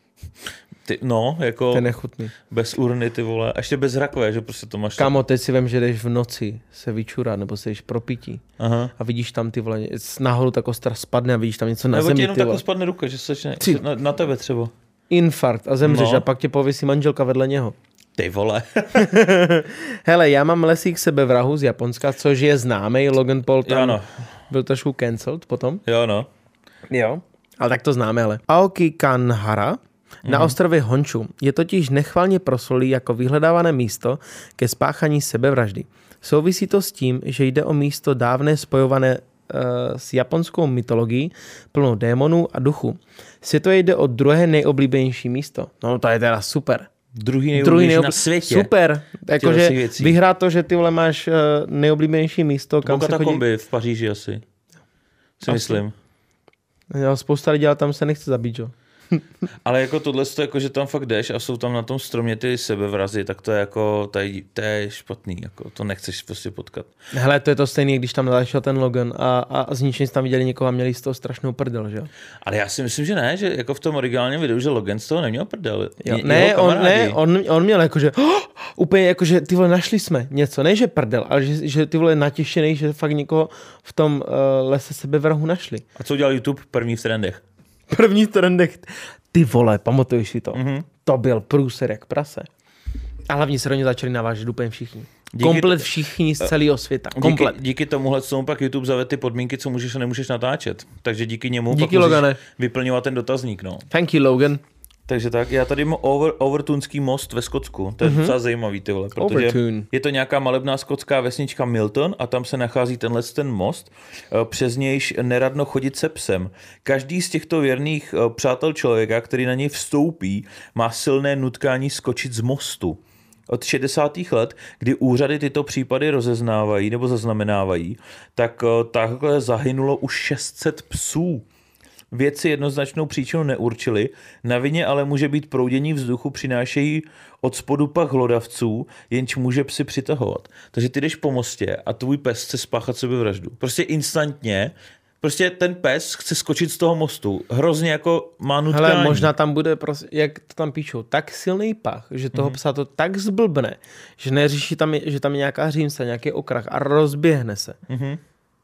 Ty, no, jako To je nechutný. bez urny, ty vole. A ještě bez rakve, že prostě to máš. Kámo, teď si vem, že jdeš v noci se vyčurat, nebo se jdeš pro pití. Aha. A vidíš tam ty vole, nahoru ta kostra spadne a vidíš tam něco na Nebo ti zemi, jenom ty takhle vole. spadne ruka, že se začne Ty- na, na tebe třeba. Infarkt a zemřeš No. a pak tě pověsí manželka vedle něho. Ty vole. Hele, já mám lesík sebevrahu z Japonska, což je známý. Logan Paul tam Jo, no. byl trošku cancelled potom. Jo, no. Jo. Ale tak to známe, ale. Aoki Kanhara na Mhm. ostrově Honshu je totiž nechvalně proslulý jako vyhledávané místo ke spáchání sebevraždy. Souvisí to s tím, že jde o místo dávné spojované uh, s japonskou mytologií, plnou démonů a duchů. Světově jde o druhé nejoblíbenější místo. No to je teda super. Druhý nejoblíbenější Druhý na neobl- světě. Super. Jakože těch věcí. vyhrá to, že ty vole máš uh, nejoblíbenější místo, kam Kam se chodí. katakomby v Paříži asi. Si Asi. myslím. Jo, spousta lidí ale tam se nechce zabít, jo. Ale jako tohle, jako, že tam fakt jdeš a jsou tam na tom stromě ty sebevrazy, tak to je jako, to je, to je špatný, jako, to nechceš prostě potkat. Hele, to je to stejné, když tam nalešel ten Logan a, a z ničím tam viděli někoho a měli z toho strašnou prdel, že jo? Ale já si myslím, že ne, že jako v tom originálním videu, že Logan z toho neměl prdel. jo Je- ne, jeho on, kamarádi. ne on, on měl jakože, oh, úplně jakože, ty vole, našli jsme něco, ne že prdel, ale že, že ty vole natěšený, že fakt někoho v tom uh, lese sebevrhu našli. A co udělal YouTube? První v trendech. První trendech. Ty vole, pamatuješ si to? Mhm. To byl průser jak prase. A hlavně se do něj začali navážet úplně všichni. Díky Komplet t- všichni z celého světa. Komplet. Díky, díky tomuhle tomu pak YouTube zavede ty podmínky, co můžeš a nemůžeš natáčet. Takže díky němu Díky, pak můžeš Logane. vyplňovat ten dotazník. No. Thank you, Logan. Takže tak, já tady mám over, Overtunský most ve Skotsku. To je mm-hmm. docela zajímavý, ty vole, protože Overtune. je to nějaká malebná skotská vesnička Milton a tam se nachází tenhle ten most, eh, přes nějž neradno chodit se psem. Každý z těchto věrných eh, přátel člověka, který na něj vstoupí, má silné nutkání skočit z mostu. Od šedesátých let, kdy úřady tyto případy rozeznávají nebo zaznamenávají, tak eh, takhle zahynulo už šest set psů. Vědci jednoznačnou příčinu neurčili, na vině ale může být proudění vzduchu přinášejí od spodu pach hlodavců, jenž může psy přitahovat. Takže ty jdeš po mostě a tvůj pes chce spáchat sebevraždu. Prostě instantně Prostě ten pes chce skočit z toho mostu. Hrozně jako má nutkání. Hele, možná tam bude, prostě, jak to tam píšou, tak silný pach, že toho mm-hmm. psa to tak zblbne, že neřeší tam, že tam je nějaká římsa, nějaký okrach a rozběhne se. Mm-hmm.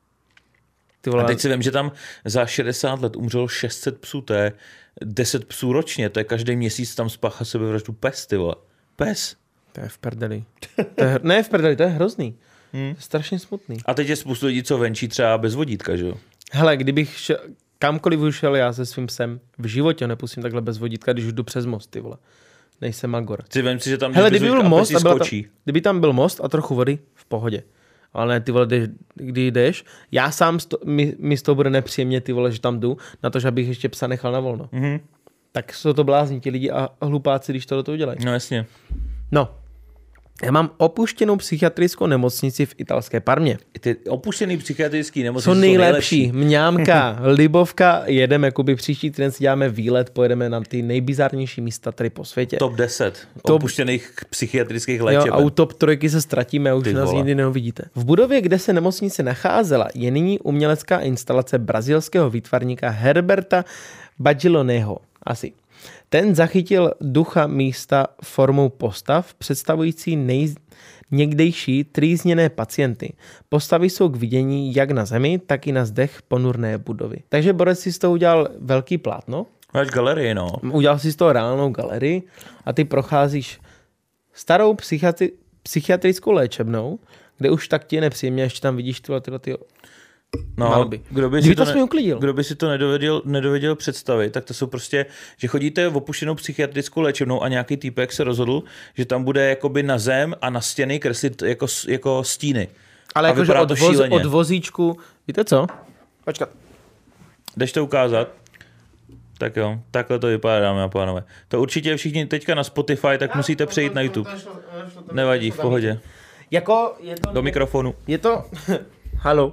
Ty vole... A teď si vím, že tam za šedesát let umřelo šest set psů, to je deset psů ročně, to je každý měsíc tam spáchá sebevraždu pes, ty vole. Pes. To je v prdeli. To je, ne v prdeli, to je hrozný. Hmm. To je strašně smutný. A teď je spoustu lidí, co venčí třeba bez vodítka, že jo? Hele, kdybych šel, kamkoliv ušel já se svým psem, v životě ho nepustím takhle bez vodítka, když jdu přes most, ty vole. Nejsem magor. Ty vím si, že tam Hele, kdyby byl most a tam, kdyby tam byl most a trochu vody, v pohodě. Ale ne, ty vole, kdy, kdy jdeš, já sám, sto, mi, mi z toho bude nepříjemně, ty vole, že tam jdu, na to, že abych ještě psa nechal na volno. Mm-hmm. Tak jsou to blázní ti lidi a hlupáci, když to do toho dělají. No jasně. No. Já mám opuštěnou psychiatrickou nemocnici v italské Parmě. Ty opuštěný psychiatrický nemocnice jsou nejlepší. nejlepší. Mňámka, Libovka, jedeme, jakoby příští týden si děláme výlet, pojedeme na ty nejbizarnější místa tady po světě. Top deset top... opuštěných psychiatrických léčeben. A u top trojky se ztratíme a už nás nikdy neuvidíte. V budově, kde se nemocnice nacházela, je nyní umělecká instalace brazilského výtvarníka Herberta Bagiloneho. Asi. Ten zachytil ducha místa formou postav, představující nej... někdejší trýzněné pacienty. Postavy jsou k vidění jak na zemi, tak i na zdech ponurné budovy. Takže Borec si z toho udělal velký plátno. Máš galerii, no. Udělal si z toho reálnou galerii a ty procházíš starou psychiatri... psychiatrickou léčebnou, kde už tak ti je nepříjemně, ještě tam vidíš tyhle, tyhle, tyhle no, malby. Kdo by, si to ne, kdo by si to nedověděl, nedověděl představit, tak to jsou prostě, že chodíte v opuštěnou psychiatrickou léčebnou a nějaký týpek se rozhodl, že tam bude jakoby na zem a na stěny kreslit jako, jako stíny. Ale jakože od, voz, od vozíčku, víte co? Počkat. Jdeš to ukázat? Tak jo, takhle to vypadá, dámy a pánové. To určitě všichni teďka na Spotify, tak musíte přejít na YouTube. Nevadí, v pohodě. Jako je to... Do mikrofonu. Je to... Halo.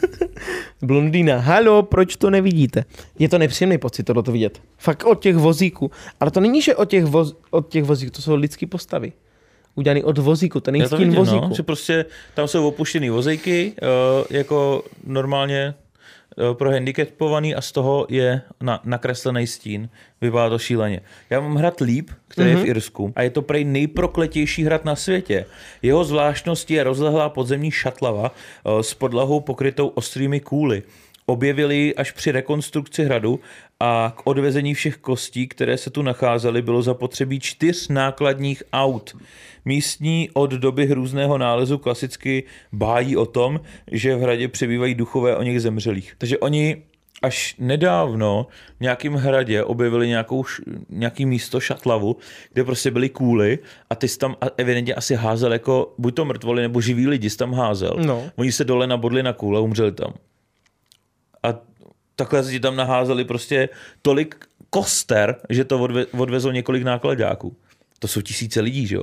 Blondýna. Halo, proč to nevidíte? Je to nepříjemný pocit tohleto vidět. Fakt od těch vozíků. Ale to není, že od těch, voz, od těch vozíků, to jsou lidský postavy. Udělaný od vozíku, ten nejstín vidím, vozíku. No, že prostě tam jsou opuštěný vozejky, uh, jako normálně uh, pro handicapovaný a z toho je na, nakreslený stín. Vypadá to šíleně. Já mám hrad Líp, který mm-hmm. je v Irsku a je to prej nejprokletější hrad na světě. Jeho zvláštností je rozlehlá podzemní šatlava uh, s podlahou pokrytou ostrými kůly. Objevili ji až při rekonstrukci hradu a k odvezení všech kostí, které se tu nacházely, bylo zapotřebí čtyř nákladních aut. Místní od doby hrůzného nálezu klasicky bájí o tom, že v hradě přebývají duchové o něch zemřelých. Takže oni až nedávno v nějakém hradě objevili nějakou, nějaký místo šatlavu, kde prostě byly kůly a ty jsi tam evidentně asi házel jako buď to mrtvoly nebo živí lidi jsi tam házel. No. Oni se dole nabodli na kůle a umřeli tam. A takhle si tam naházeli prostě tolik koster, že to odve, odvezlo několik nákladáků. To jsou tisíce lidí, že jo?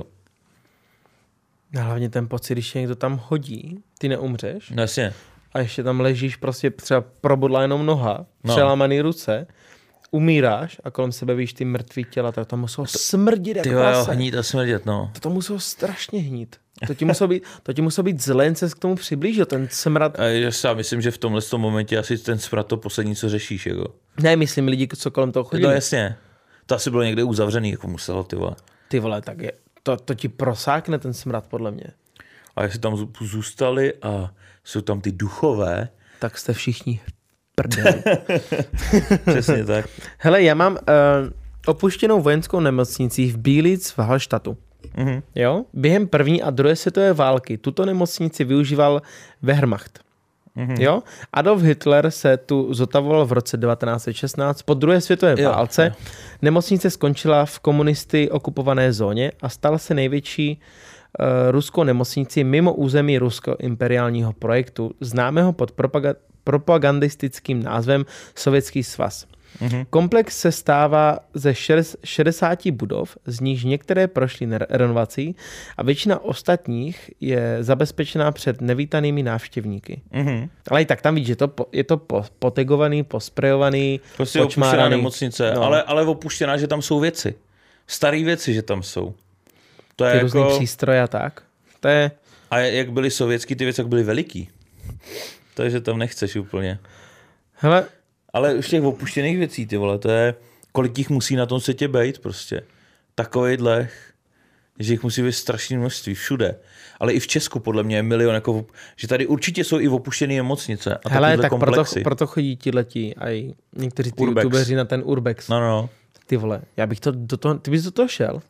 A hlavně ten pocit, když někdo tam hodí, ty neumřeš. No jasně. A ještě tam ležíš, prostě třeba probodla jenom noha, no. Přelámaný ruce, umíráš a kolem sebe víš ty mrtvý těla, tak to muselo smrdit jako prase. Hnít a smrdět, no. To, to muselo strašně hnít. To ti muselo být, to ti muselo být zlén se k tomu přiblížil, ten smrad. A já myslím, že v tomhle tom momentě asi ten smrad to poslední, co řešíš, jako. Ne, myslím lidi, co kolem toho chodili. No jasně. To asi bylo někde uzavřený, jako muselo, ty vole. Ty vole, tak je, to, to ti prosákne ten smrad, podle mě. A jestli tam zůstali a jsou tam ty duchové, tak jste všichni prdeli. Přesně tak. Hele, já mám uh, opuštěnou vojenskou nemocnici v Bílic v Hallstatu. Mm-hmm. Jo? Během první a druhé světové války tuto nemocnici využíval Wehrmacht. Mm-hmm. Jo? Adolf Hitler se tu zotavoval v roce devatenáct set šestnáct. Po druhé světové jo, válce jo. Nemocnice skončila v komunisty okupované zóně a stala se největší uh, ruskou nemocnici mimo území ruského imperiálního projektu, známého pod propaga- propagandistickým názvem Sovětský svaz. Mm-hmm. Komplex se stává ze šedesáti budov, z nichž některé prošly renovací a většina ostatních je zabezpečená před nevítanými návštěvníky. Mm-hmm. Ale i tak tam vidíš, že to po, je to po, potegovaný, posprejovaný, prostě opuštěná nemocnice, no. ale, ale opuštěná, že tam jsou věci. Staré věci, že tam jsou. To je ty jako... různý přístroje a tak. To je... A jak byly sovětský, ty věci, jak byly veliký. Takže tam nechceš úplně. Hele. Ale už těch opuštěných věcí, ty vole, to je, kolik jich musí na tom světě být prostě. Takovýhle, že jich musí být strašné množství všude. Ale i v Česku podle mě je milion, jako, že tady určitě jsou i opuštěné nemocnice a hele, tak komplexy. Proto, proto chodí tihleti a někteří ty Urbex. youtubeři na ten Urbex. No, no. Ty vole, já bych to do toho, ty bys do toho šel?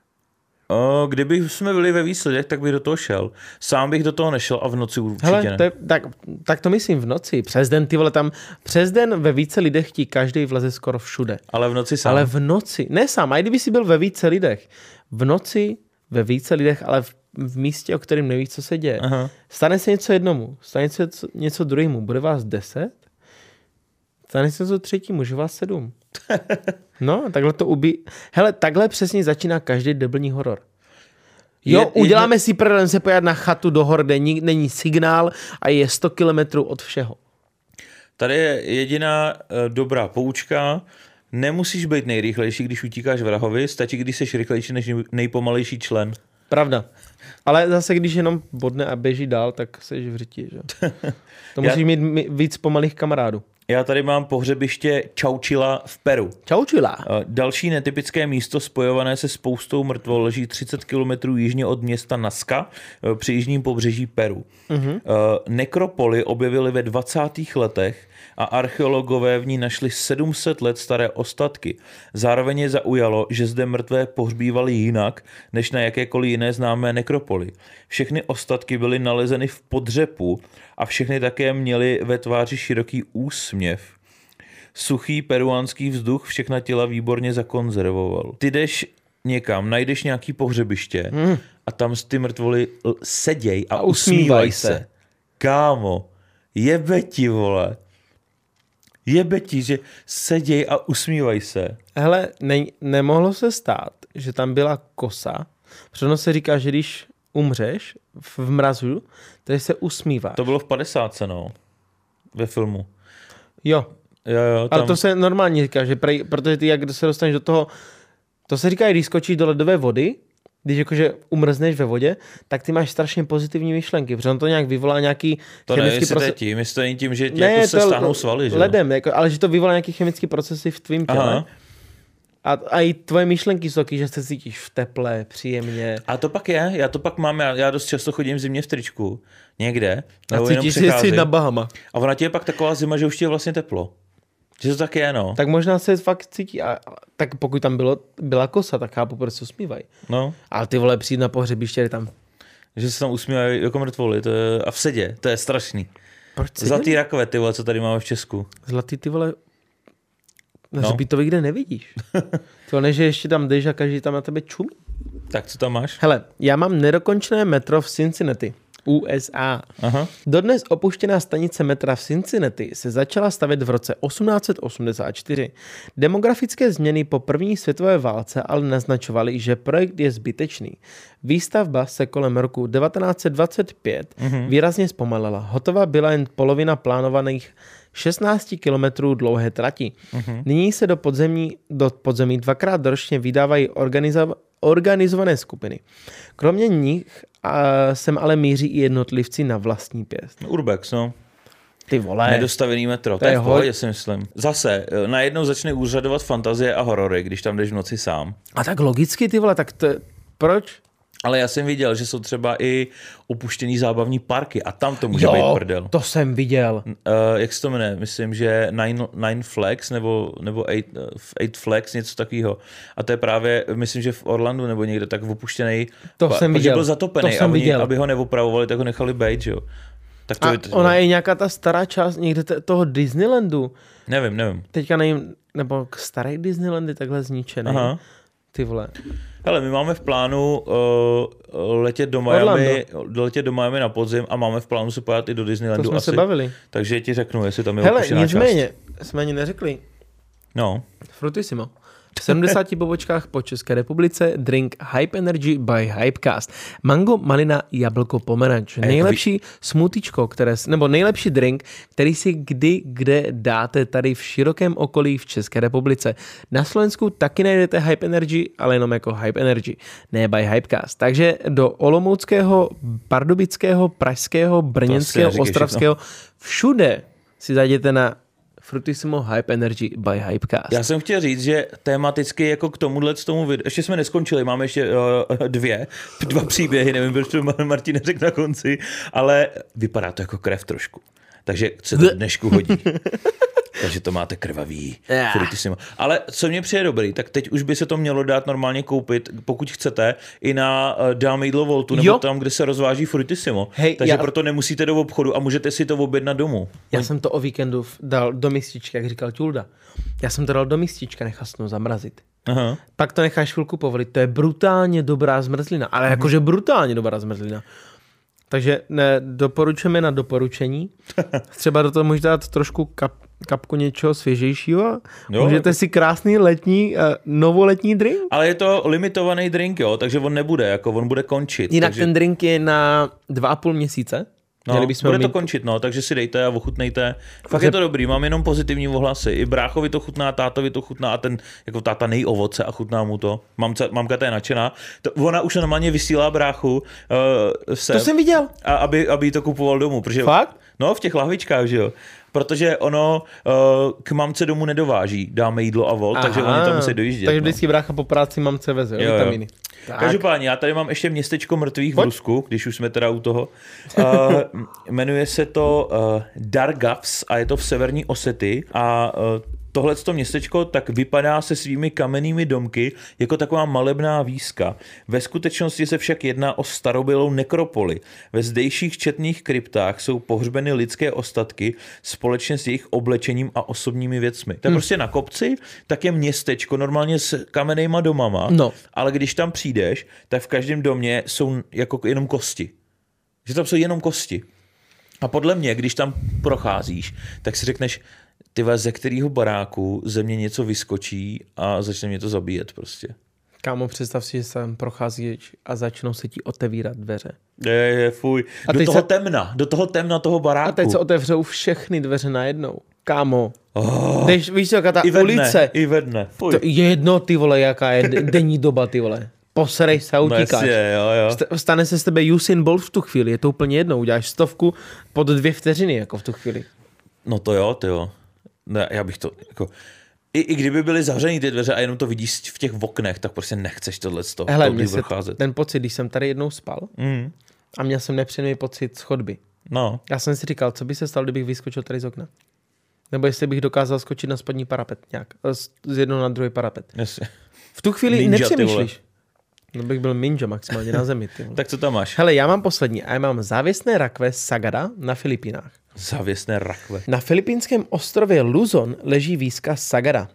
O, kdyby jsme byli ve výsledech, tak bych do toho šel. Sám bych do toho nešel a v noci určitě hele, ne. To je, tak, tak to myslím v noci. Přes den, ty vole, tam přes den ve více lidech ti každý vleze skoro všude. Ale v noci sám. Ale v noci, ne sám, a i kdyby jsi byl ve více lidech. V noci ve více lidech, ale v, v místě, o kterém nevíš, co se děje. Aha. Stane se něco jednomu, stane se něco, něco druhému. Bude vás deset? Stane se něco třetímu, může vás sedm. No, takhle to ubí. Hele, takhle přesně začíná každý debilní horor. Jo, je, uděláme jedno... si prdel se pojat na chatu do hor, kde není signál a je sto kilometrů od všeho. Tady je jediná uh, dobrá poučka. Nemusíš být nejrychlejší, když utíkáš vrahovi, stačí, když jsi rychlejší než nejpomalejší člen. Pravda. Ale zase, když jenom bodne a běží dál, tak seš v řiti, že? To musíš Já... mít víc pomalých kamarádů. Já tady mám pohřebiště Chowchilla v Peru. Chowchilla. Další netypické místo spojované se spoustou mrtvol leží třicet kilometrů jižně od města Nazca při jižním pobřeží Peru. Uh-huh. Nekropoly objevili ve dvacátých letech a archeologové v ní našli sedm set let staré ostatky. Zároveň je zaujalo, že zde mrtvé pohřbívali jinak, než na jakékoliv jiné známé nekropoly. Všechny ostatky byly nalezeny v podřepu a všechny také měly ve tváři široký úsměv. Suchý peruánský vzduch všechna těla výborně zakonzervoval. Ty jdeš někam, najdeš nějaký pohřebiště hmm. a tam ty mrtvoly seděj a, a usmívaj se. se. Kámo, jebe ti, vole. Jebe ti, že seděj a usmívaj se. Hele, ne, nemohlo se stát, že tam byla kosa. Protože se říká, že když umřeš v, v mrazu, takže se usmíváš. To bylo v padesátce, no. Ve filmu. Jo. jo, jo tam... Ale to se normálně říká, že prej, protože ty, jak se dostaneš do toho, to se říká, když skočíš do ledové vody, když jakože umrzneš ve vodě, tak ty máš strašně pozitivní myšlenky, protože on to nějak vyvolá nějaký to chemický proces. To ne, tím, jestli to není tím, že ne, jako se stáhnou svaly, že? Ledem, jako, ale že to vyvolá nějaký chemický procesy v tvým těle. Aha. A, a i tvoje myšlenky jsou taky, že se cítíš v teple, příjemně. A to pak je, já to pak mám, já, já dost často chodím zimně v tričku, někde. A cítíš si jsi na Bahama. A ona ti je pak taková zima, že už ti je vlastně teplo. Že to tak je, no. Tak možná se fakt cítí. A, tak pokud tam bylo, byla kosa, tak chápu, proč se usmívají. No. Ale ty vole, přijít na pohřebiště, je tam... Že se tam usmívají jako mrtvoly, to je, a v sedě, to je strašný. Proč Zlatý rakve, ty vole, co tady máme v Česku. Zlatý, ty vole... Na no. Hřbitově kde nevidíš. To ne, že ještě tam jdeš a každý tam na tebe čumí. Tak co tam máš? Hele, já mám nedokončené metro v Cincinnati, U S A. Aha. Dodnes opuštěná stanice metra v Cincinnati se začala stavět v roce osmnáct set osmdesát čtyři. Demografické změny po první světové válce ale naznačovaly, že projekt je zbytečný. Výstavba se kolem roku devatenáct set dvacet pět uh-huh. výrazně zpomalila. Hotová byla jen polovina plánovaných šestnáct kilometrů dlouhé trati. Uh-huh. Nyní se do podzemí, do podzemí dvakrát ročně vydávají organizo- organizované skupiny. Kromě nich a, sem ale míří i jednotlivci na vlastní pěst. Urbex, no. Ty vole. Nedostavený metro, to je v pohodě, si myslím. Zase, najednou začne úřadovat fantazie a horory, když tam jdeš v noci sám. A tak logicky, ty vole, tak to, proč? Ale já jsem viděl, že jsou třeba i opuštěný zábavní parky a tam to může jo, být prdel. To jsem viděl. Uh, jak se to jmenuje? Myslím, že Nine, Nine Flags nebo, nebo eight, uh, eight Flags, něco takového. A to je právě, myslím, že v Orlandu nebo někde tak opuštěný. To pa, jsem viděl. Byl zatopený to jsem a oni, viděl. aby ho neopravovali, tak ho nechali bejt, že jo. Tak to a je, ona je nějaká ta stará část někde t- toho Disneylandu. Nevím, nevím. Teďka nevím, nebo starý Disneylandy takhle zničený. Aha. Ty vole. Hele, my máme v plánu uh, letět do Miami, letět do Miami na podzim a máme v plánu se pojat i do Disneylandu. To jsme asi. se bavili. Takže ti řeknu, jestli tam je hele, opuštěná část. Hele, nicméně, jsme ani neřekli. No. Frutissimo. V sedmdesáti pobočkách po České republice drink Hype Energy by Hypecast. Mango, malina, jablko, pomeranč. Nejlepší smoothiečko, které, nebo nejlepší drink, který si kdy kde dáte tady v širokém okolí v České republice. Na Slovensku taky najdete Hype Energy, ale jenom jako Hype Energy, ne by Hypecast. Takže do olomouckého, pardubického, pražského, brněnského, ostravského, všude si zajděte na Frutissimo Hype Energy by Hypecast. Já jsem chtěl říct, že tematicky jako k tomuhle z tomu videu, ještě jsme neskončili, máme ještě uh, dvě, dva příběhy, nevím, proč to Martin řekl na konci, ale vypadá to jako krev trošku. Takže se to dnešku hodí. Takže to máte krvavý yeah. Frutissimo. Ale co mě přijde dobrý, tak teď už by se to mělo dát normálně koupit, pokud chcete, i na uh, Dáme jídlo Voltu, nebo jo. tam, kde se rozváží Frutissimo. Hej, takže já... proto nemusíte do obchodu a můžete si to objednat domů. Já On... jsem to o víkendu dal do mističky, jak říkal Tulda. Já jsem to dal do mističky, nechal jsem to zamrazit. Aha. Pak to necháš chvilku povolit. To je brutálně dobrá zmrzlina, ale jakože brutálně dobrá zmrzlina. Takže ne, doporučujeme na doporučení. Třeba do toho můžete dát trošku kap, kapku něčeho svěžejšího. Jo, můžete jako... si krásný letní, uh, novoletní drink. Ale je to limitovaný drink, jo, takže on nebude, jako on bude končit. Jinak takže... ten drink je na dva a půl měsíce. No, bude mít... to končit, no, takže si dejte a ochutnejte. Fakt že... je to dobrý, mám jenom pozitivní ohlasy. I bráchovi to chutná, tátovi to chutná a ten, jako táta nejí ovoce a chutná mu to. Mamka, mamka ta je nadšená. To, ona už normálně vysílá bráchu. Uh, sem, to jsem viděl. A aby, aby jí to kupoval domů. Protože, fakt? No, v těch lahvičkách, že jo. Protože ono uh, k mamce domů nedováží, Dáme jídlo a Volt, takže oni tam musí dojíždět. Takže vždycky no. brácha po práci mamce veze, jo, vitamíny. Tak. Každopádně, já tady mám ještě městečko mrtvých Pojď. v Rusku, když už jsme teda u toho. Uh, jmenuje se to uh, Dargavs a je to v severní Osety a uh, tohleto městečko tak vypadá se svými kamennými domky jako taková malebná víska. Ve skutečnosti se však jedná o starobylou nekropoli. Ve zdejších četných kryptách jsou pohřbeny lidské ostatky společně s jejich oblečením a osobními věcmi. To je hmm. prostě na kopci, tak je městečko normálně s kamennýma domama, no. ale když tam přijdeš, tak v každém domě jsou jako jenom kosti. Že tam jsou jenom kosti. A podle mě, když tam procházíš, tak si řekneš, ty ze kterého baráku ze mě něco vyskočí a začne mě to zabíjet prostě. Kámo, představ si, že sem procházíš a začnou se ti otevírat dveře. Je, je, fuj. A do toho se... temna, do toho temna toho baráku. A teď se otevřou všechny dveře najednou. Kámo. Oh. Jdeš, víš co, jaká ta I ve dne, ulice. I ve dne, fuj. To je jedno, ty vole, jaká je denní doba, ty vole. Poserej se a utíkáš. No je, jo, jo. Stane se z tebe Usain Bolt v tu chvíli, je to úplně jedno. Uděláš stovku pod dvě vteřiny, jako v tu chvíli. No to jo, ty jo. Ne, já bych to, jako, i, i kdyby byly zavřený ty dveře a jenom to vidíš v těch oknech, tak prostě nechceš tohle z toho. Hele, mě se ten pocit, když jsem tady jednou spal mm. a měl jsem nepříjemný pocit z chodby. No. Já jsem si říkal, co by se stalo, kdybych vyskočil tady z okna. Nebo jestli bych dokázal skočit na spodní parapet nějak, z, z jednoho na druhý parapet. Jasně. V tu chvíli nepřemýšlíš. No bych byl ninja maximálně na zemi. Tak co tam máš? Hele, já mám poslední a já mám závěsné rakve Sagada na Filipínách. Závěsné rakve. Na filipínském ostrově Luzon leží víska Sagada.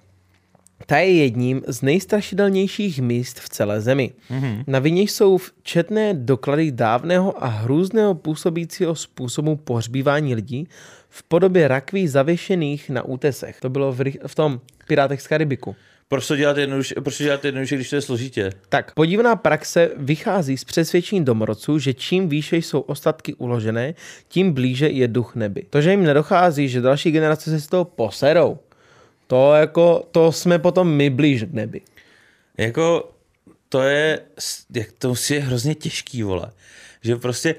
Ta je jedním z nejstrašidelnějších míst v celé zemi. Mm-hmm. Na vině jsou četné doklady dávného a hrůzného působícího způsobu pohřbívání lidí v podobě rakví zavěšených na útesech. To bylo v, v tom Pirátech z Karibiku. Proč to dělat jednoduše, proč to dělat jednoduše, když to je složitě? Tak, podivná praxe vychází z přesvědčení domorodců, že čím výše jsou ostatky uložené, tím blíže je duch nebi. To, že jim nedochází, že další generace se z toho poserou, to jako, to jsme potom my blíž k nebi. Jako, to je, jak to je hrozně těžký, vole. Že prostě,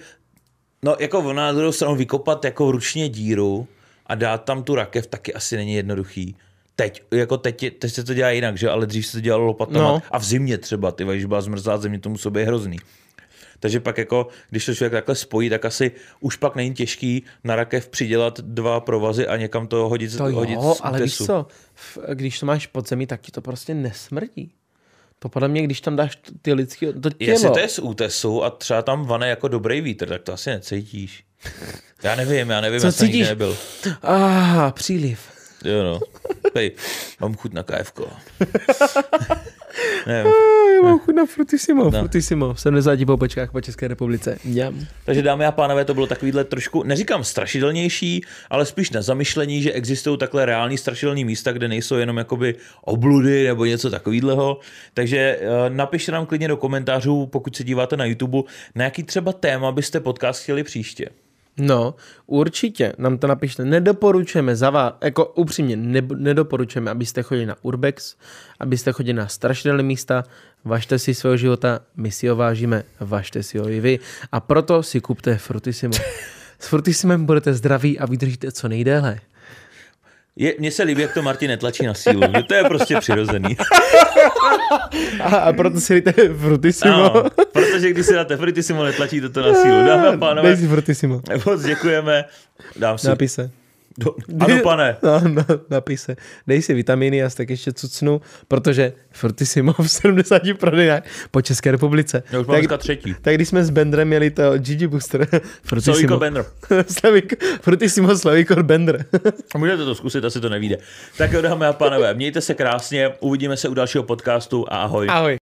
no jako ona na druhou stranu vykopat jako ručně díru a dát tam tu rakev taky asi není jednoduchý. Teď, jako teď, teď se to dělá jinak, že? Ale dřív se to dělalo lopatama no. a v zimě třeba, ty když byla zmrzlá země, tomu sobě je hrozný. Takže pak jako, když to člověk takhle spojí, tak asi už pak není těžký na rakev přidělat dva provazy a někam to hodit, to hodit jo, z ale víš co, když to máš pod zemí, tak ti to prostě nesmrdí. To podle mě, když tam dáš ty lidský, to tělo. Jestli to je z útesu a třeba tam vane jako dobrý vítr, tak to asi necítíš. Já nevím, já nevím, co já jsem nikdy nebyl. Ah, příliv. Jo no, Pej, mám chuť na kájevko. Já mám chuť na Frutissimo, no. Frutissimo v sedmdesáti pobočkách po České republice. Mňam. Takže dámy a pánové, to bylo takovýhle trošku, neříkám strašidelnější, ale spíš na zamyšlení, že existují takhle reální strašidelný místa, kde nejsou jenom jakoby obludy nebo něco takovýhleho. Takže napište nám klidně do komentářů, pokud se díváte na YouTube, na jaký třeba téma byste podcast chtěli příště. No, určitě, nám to napište. Nedoporučujeme za vás, jako upřímně, ne, nedoporučujeme, abyste chodili na Urbex, abyste chodili na strašidelné místa, važte si svého života, my si ho vážíme, važte si ho i vy. A proto si kupte Frutissimo. S Frutissimem budete zdraví a vydržíte co nejdéle. Je, mně se líbí, jak to Martin netlačí na sílu. To je prostě přirozený. A, a proto si dejte Frutissimo. No, protože když si dáte Frutissimo, netlačí to na sílu. Dámy a pánové, dej si Frutissimo. moc děkujeme. Dám si. Napise. Do, ano, pane. No, no, napise. Dej si vitamíny, já si tak ještě cucnu, protože Frutissimo v sedmdesáti prodejnách po České republice. Já už mám dneska třetí. Tak když jsme s Bendrem měli to Gigi Booster. Slovíko Bender. Frutissimo Slovíko Bender. Můžete to zkusit, asi to nevíde. Tak jo, dámy a pánové, mějte se krásně, uvidíme se u dalšího podcastu a ahoj. Ahoj.